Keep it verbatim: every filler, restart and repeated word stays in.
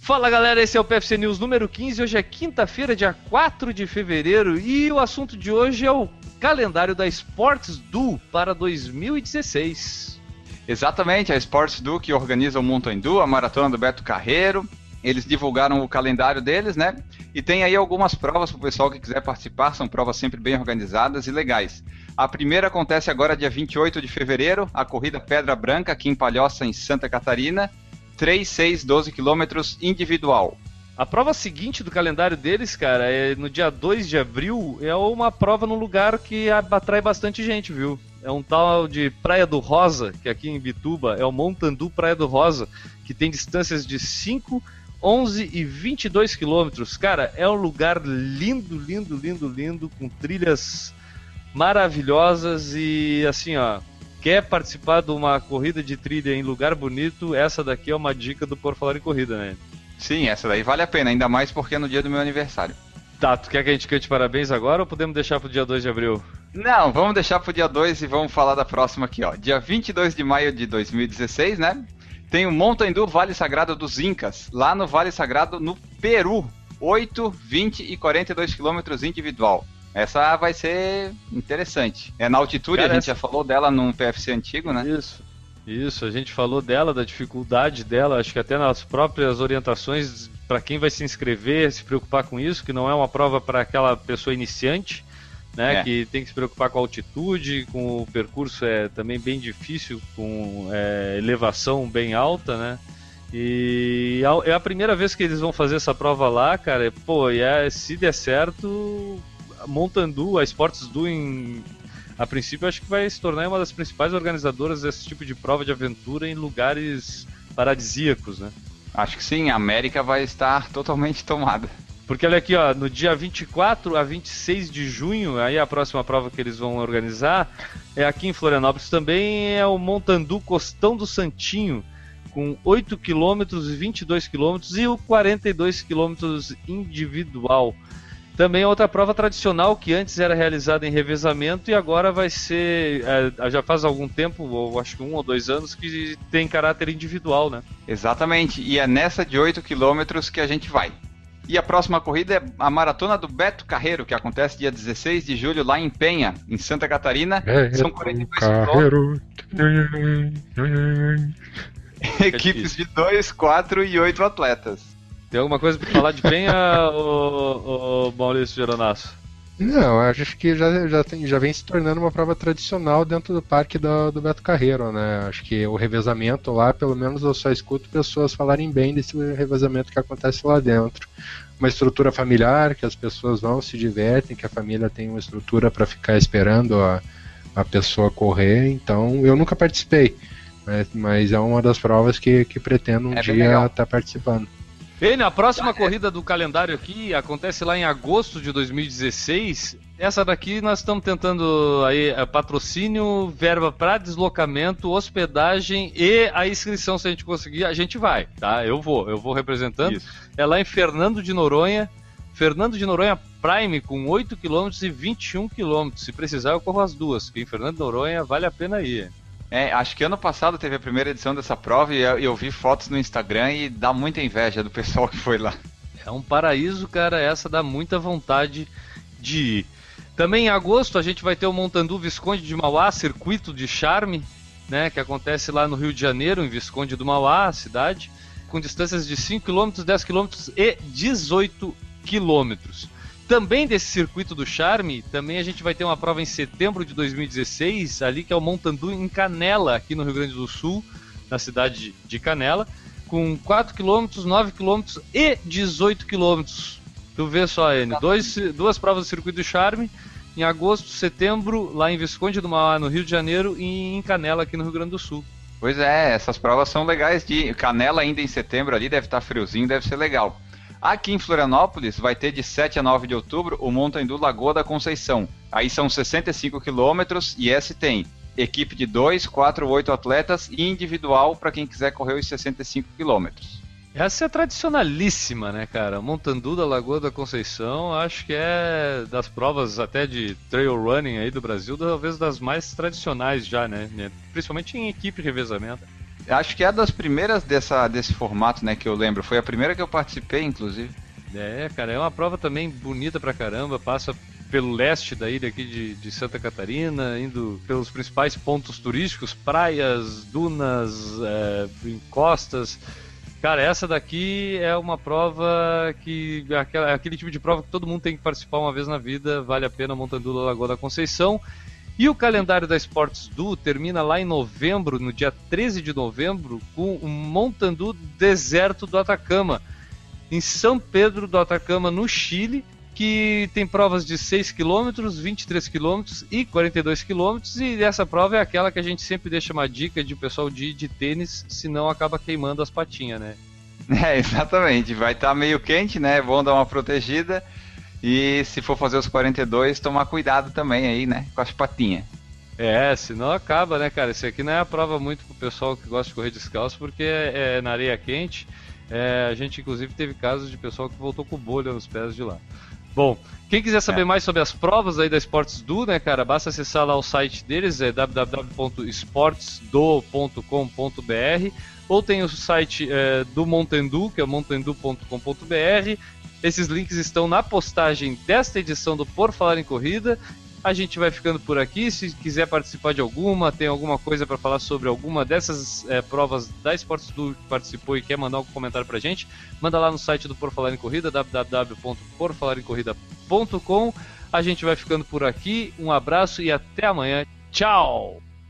Fala galera, esse é o P F C News número quinze, hoje é quinta-feira, dia quatro de fevereiro, e o assunto de hoje é o calendário da Sports Do para dois mil e dezesseis. Exatamente, a Sports Do que organiza o Mountain Dew, a maratona do Beto Carreiro. Eles divulgaram o calendário deles, né? E tem aí algumas provas para o pessoal que quiser participar, são provas sempre bem organizadas e legais. A primeira acontece agora dia vinte e oito de fevereiro, a corrida Pedra Branca, aqui em Palhoça, em Santa Catarina, três, seis, doze quilômetros individual. A prova seguinte do calendário deles, cara, é no dia dois de abril, é uma prova num lugar que atrai bastante gente, viu? É um tal de Praia do Rosa, que aqui em Bituba é o Mountain Dew Praia do Rosa, que tem distâncias de cinco, onze e vinte e dois quilômetros. Cara, é um lugar lindo, lindo, lindo, lindo, com trilhas maravilhosas e assim, ó, quer participar de uma corrida de trilha em lugar bonito, essa daqui é uma dica do Por Falar em Corrida, né? Sim, essa daí vale a pena, ainda mais porque é no dia do meu aniversário. Tá, tu quer que a gente cante parabéns agora ou podemos deixar pro dia dois de abril? Não, vamos deixar pro dia dois e vamos falar da próxima aqui, ó. Dia vinte e dois de maio de dois mil e dezesseis, né? Tem o Mountain Dew Vale Sagrado dos Incas, lá no Vale Sagrado, no Peru. oito, vinte e quarenta e dois quilômetros individual. Essa vai ser interessante. É na altitude, cara, a gente essa... já falou dela num P F C antigo, né? Isso, isso. A gente falou dela, da dificuldade dela, acho que até nas próprias orientações para quem vai se inscrever, se preocupar com isso, que não é uma prova para aquela pessoa iniciante, né? É. Que tem que se preocupar com a altitude, com o percurso é também bem difícil, com é, elevação bem alta, né? E é a primeira vez que eles vão fazer essa prova lá, cara. Pô, e é, se der certo, a Mountain Dew, a Sports Do, em, a princípio, acho que vai se tornar uma das principais organizadoras desse tipo de prova de aventura em lugares paradisíacos, né? Acho que sim, a América vai estar totalmente tomada. Porque olha aqui, ó, no dia vinte e quatro a vinte e seis de junho, aí a próxima prova que eles vão organizar é aqui em Florianópolis também, é o Mountain Dew Costão do Santinho, com oito quilômetros, vinte e dois quilômetros e o quarenta e dois quilômetros individual. Também é outra prova tradicional que antes era realizada em revezamento e agora vai ser, é, já faz algum tempo, ou acho que um ou dois anos, que tem caráter individual, né? Exatamente, e é nessa de oito quilômetros que a gente vai. E a próxima corrida é a Maratona do Beto Carreiro, que acontece dia dezesseis de julho lá em Penha, em Santa Catarina. Beto São quarenta e dois quilômetros. Equipes de dois, quatro e oito atletas. Tem alguma coisa para falar de Penha, ô, ô, Maurício Geronasso? Não, acho que já, já, tem, já vem se tornando uma prova tradicional dentro do parque do, do Beto Carreiro, né? Acho que o revezamento lá, pelo menos eu só escuto pessoas falarem bem desse revezamento que acontece lá dentro. Uma estrutura familiar, que as pessoas vão, se divertem, que a família tem uma estrutura para ficar esperando a, a pessoa correr. Então, eu nunca participei, mas, mas é uma das provas que, que pretendo um é dia estar participando. Bem, a próxima corrida do calendário aqui acontece lá em agosto de dois mil e dezesseis. Essa daqui nós estamos tentando aí patrocínio, verba para deslocamento, hospedagem e a inscrição, se a gente conseguir, a gente vai, tá? Eu vou, eu vou representando. Isso. É lá em Fernando de Noronha, Fernando de Noronha Prime com oito quilômetros e vinte e um quilômetros. Se precisar eu corro as duas, porque em Fernando de Noronha vale a pena ir. É, acho que ano passado teve a primeira edição dessa prova e eu, eu vi fotos no Instagram e dá muita inveja do pessoal que foi lá. É um paraíso, cara, essa dá muita vontade de ir. Também em agosto a gente vai ter o Mountain Dew Visconde de Mauá, circuito de charme, né, que acontece lá no Rio de Janeiro, em Visconde do Mauá, a cidade, com distâncias de cinco quilômetros, dez quilômetros e dezoito quilômetros. Também desse circuito do charme, também a gente vai ter uma prova em setembro de dois mil e dezesseis, ali que é o Mountain Dew em Canela, aqui no Rio Grande do Sul, na cidade de Canela, com quatro quilômetros, nove quilômetros e dezoito quilômetros. Tu vê só, Enio, dois, duas provas do circuito do charme, em agosto, setembro, lá em Visconde do Mauá, no Rio de Janeiro, e em Canela, aqui no Rio Grande do Sul. Pois é, essas provas são legais de Canela ainda em setembro ali, deve estar friozinho, deve ser legal. Aqui em Florianópolis vai ter de sete a nove de outubro o Mountain Dew Lagoa da Conceição. Aí são sessenta e cinco quilômetros e esse tem equipe de dois, quatro, oito atletas e individual para quem quiser correr os sessenta e cinco quilômetros. Essa é tradicionalíssima, né, cara? Mountain Dew da Lagoa da Conceição, acho que é das provas até de trail running aí do Brasil, talvez das mais tradicionais já, né? Principalmente em equipe de revezamento. Acho que é das primeiras dessa, desse formato, né, que eu lembro. Foi a primeira que eu participei, inclusive. É, cara, é uma prova também bonita pra caramba, passa pelo leste da ilha aqui de, de Santa Catarina, indo pelos principais pontos turísticos, praias, dunas, é, encostas. Cara, essa daqui é uma prova que, aquela, aquele tipo de prova que todo mundo tem que participar uma vez na vida, vale a pena, Montandula Lagoa da Conceição. E o calendário da Sports Du termina lá em novembro, no dia treze de novembro, com o Montandu Deserto do Atacama, em São Pedro do Atacama, no Chile, que tem provas de seis quilômetros, vinte e três quilômetros e quarenta e dois quilômetros, e essa prova é aquela que a gente sempre deixa uma dica de o pessoal de ir de tênis, senão acaba queimando as patinhas, né? É, exatamente, vai estar tá meio quente, né, é bom dar uma protegida, e se for fazer os quarenta e dois, tomar cuidado também aí, né, com as patinhas. É, senão acaba, né, cara, esse aqui não é a prova muito pro pessoal que gosta de correr descalço, porque é, é na areia quente. É, a gente inclusive teve casos de pessoal que voltou com bolha nos pés de lá. Bom, quem quiser saber é. mais sobre as provas aí da Sports Du, né, cara, basta acessar lá o site deles, é w w w ponto sports do ponto com ponto b r, ou tem o site é, do Montandu, que é montandu ponto com ponto b r. Esses links estão na postagem desta edição do Por Falar em Corrida. A gente vai ficando por aqui. Se quiser participar de alguma, tem alguma coisa para falar sobre alguma dessas é, provas da Sports Du que participou e quer mandar algum comentário pra gente, manda lá no site do Por Falar em Corrida, w w w ponto por falar em corrida ponto com. A gente vai ficando por aqui. Um abraço e até amanhã. Tchau!